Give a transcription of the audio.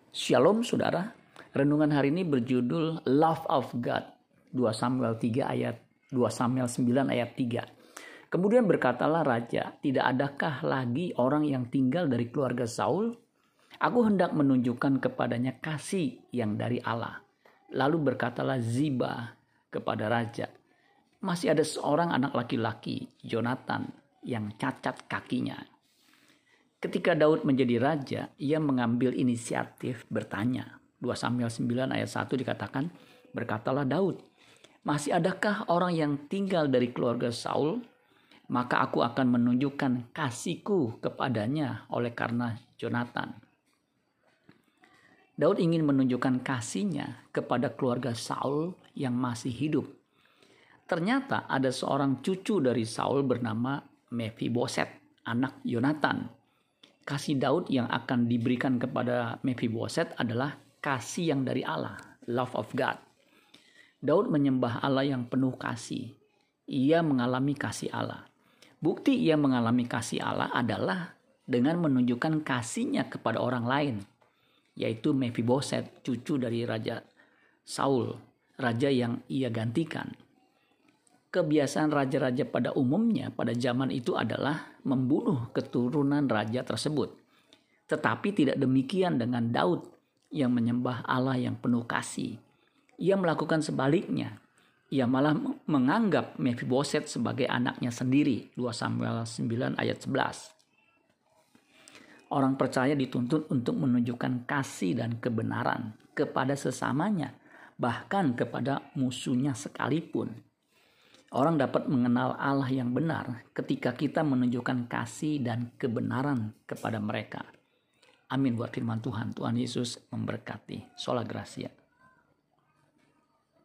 Shalom saudara, renungan hari ini berjudul Love of God, 2 Samuel 9 ayat 3. Kemudian berkatalah raja, tidak adakah lagi orang yang tinggal dari keluarga Saul? Aku hendak menunjukkan kepadanya kasih yang dari Allah. Lalu berkatalah Ziba kepada raja, masih ada seorang anak laki-laki, Jonathan, yang cacat kakinya. Ketika Daud menjadi raja, ia mengambil inisiatif bertanya. 2 Samuel 9 ayat 1 dikatakan, berkatalah Daud, masih adakah orang yang tinggal dari keluarga Saul? Maka aku akan menunjukkan kasihku kepadanya oleh karena Jonathan. Daud ingin menunjukkan kasihnya kepada keluarga Saul yang masih hidup. Ternyata ada seorang cucu dari Saul bernama Mephiboset, anak Yonatan. Kasih Daud yang akan diberikan kepada Mephiboset adalah kasih yang dari Allah, love of God. Daud menyembah Allah yang penuh kasih. Ia mengalami kasih Allah. Bukti ia mengalami kasih Allah adalah dengan menunjukkan kasihnya kepada orang lain, yaitu Mephiboset, cucu dari Raja Saul, raja yang ia gantikan. Kebiasaan raja-raja pada umumnya pada zaman itu adalah membunuh keturunan raja tersebut. Tetapi tidak demikian dengan Daud yang menyembah Allah yang penuh kasih. Ia melakukan sebaliknya. Ia malah menganggap Mephiboset sebagai anaknya sendiri. 2 Samuel 9 ayat 11. Orang percaya dituntut untuk menunjukkan kasih dan kebenaran kepada sesamanya, bahkan kepada musuhnya sekalipun. Orang dapat mengenal Allah yang benar ketika kita menunjukkan kasih dan kebenaran kepada mereka. Amin buat firman Tuhan. Tuhan Yesus memberkati. Sola Gracia.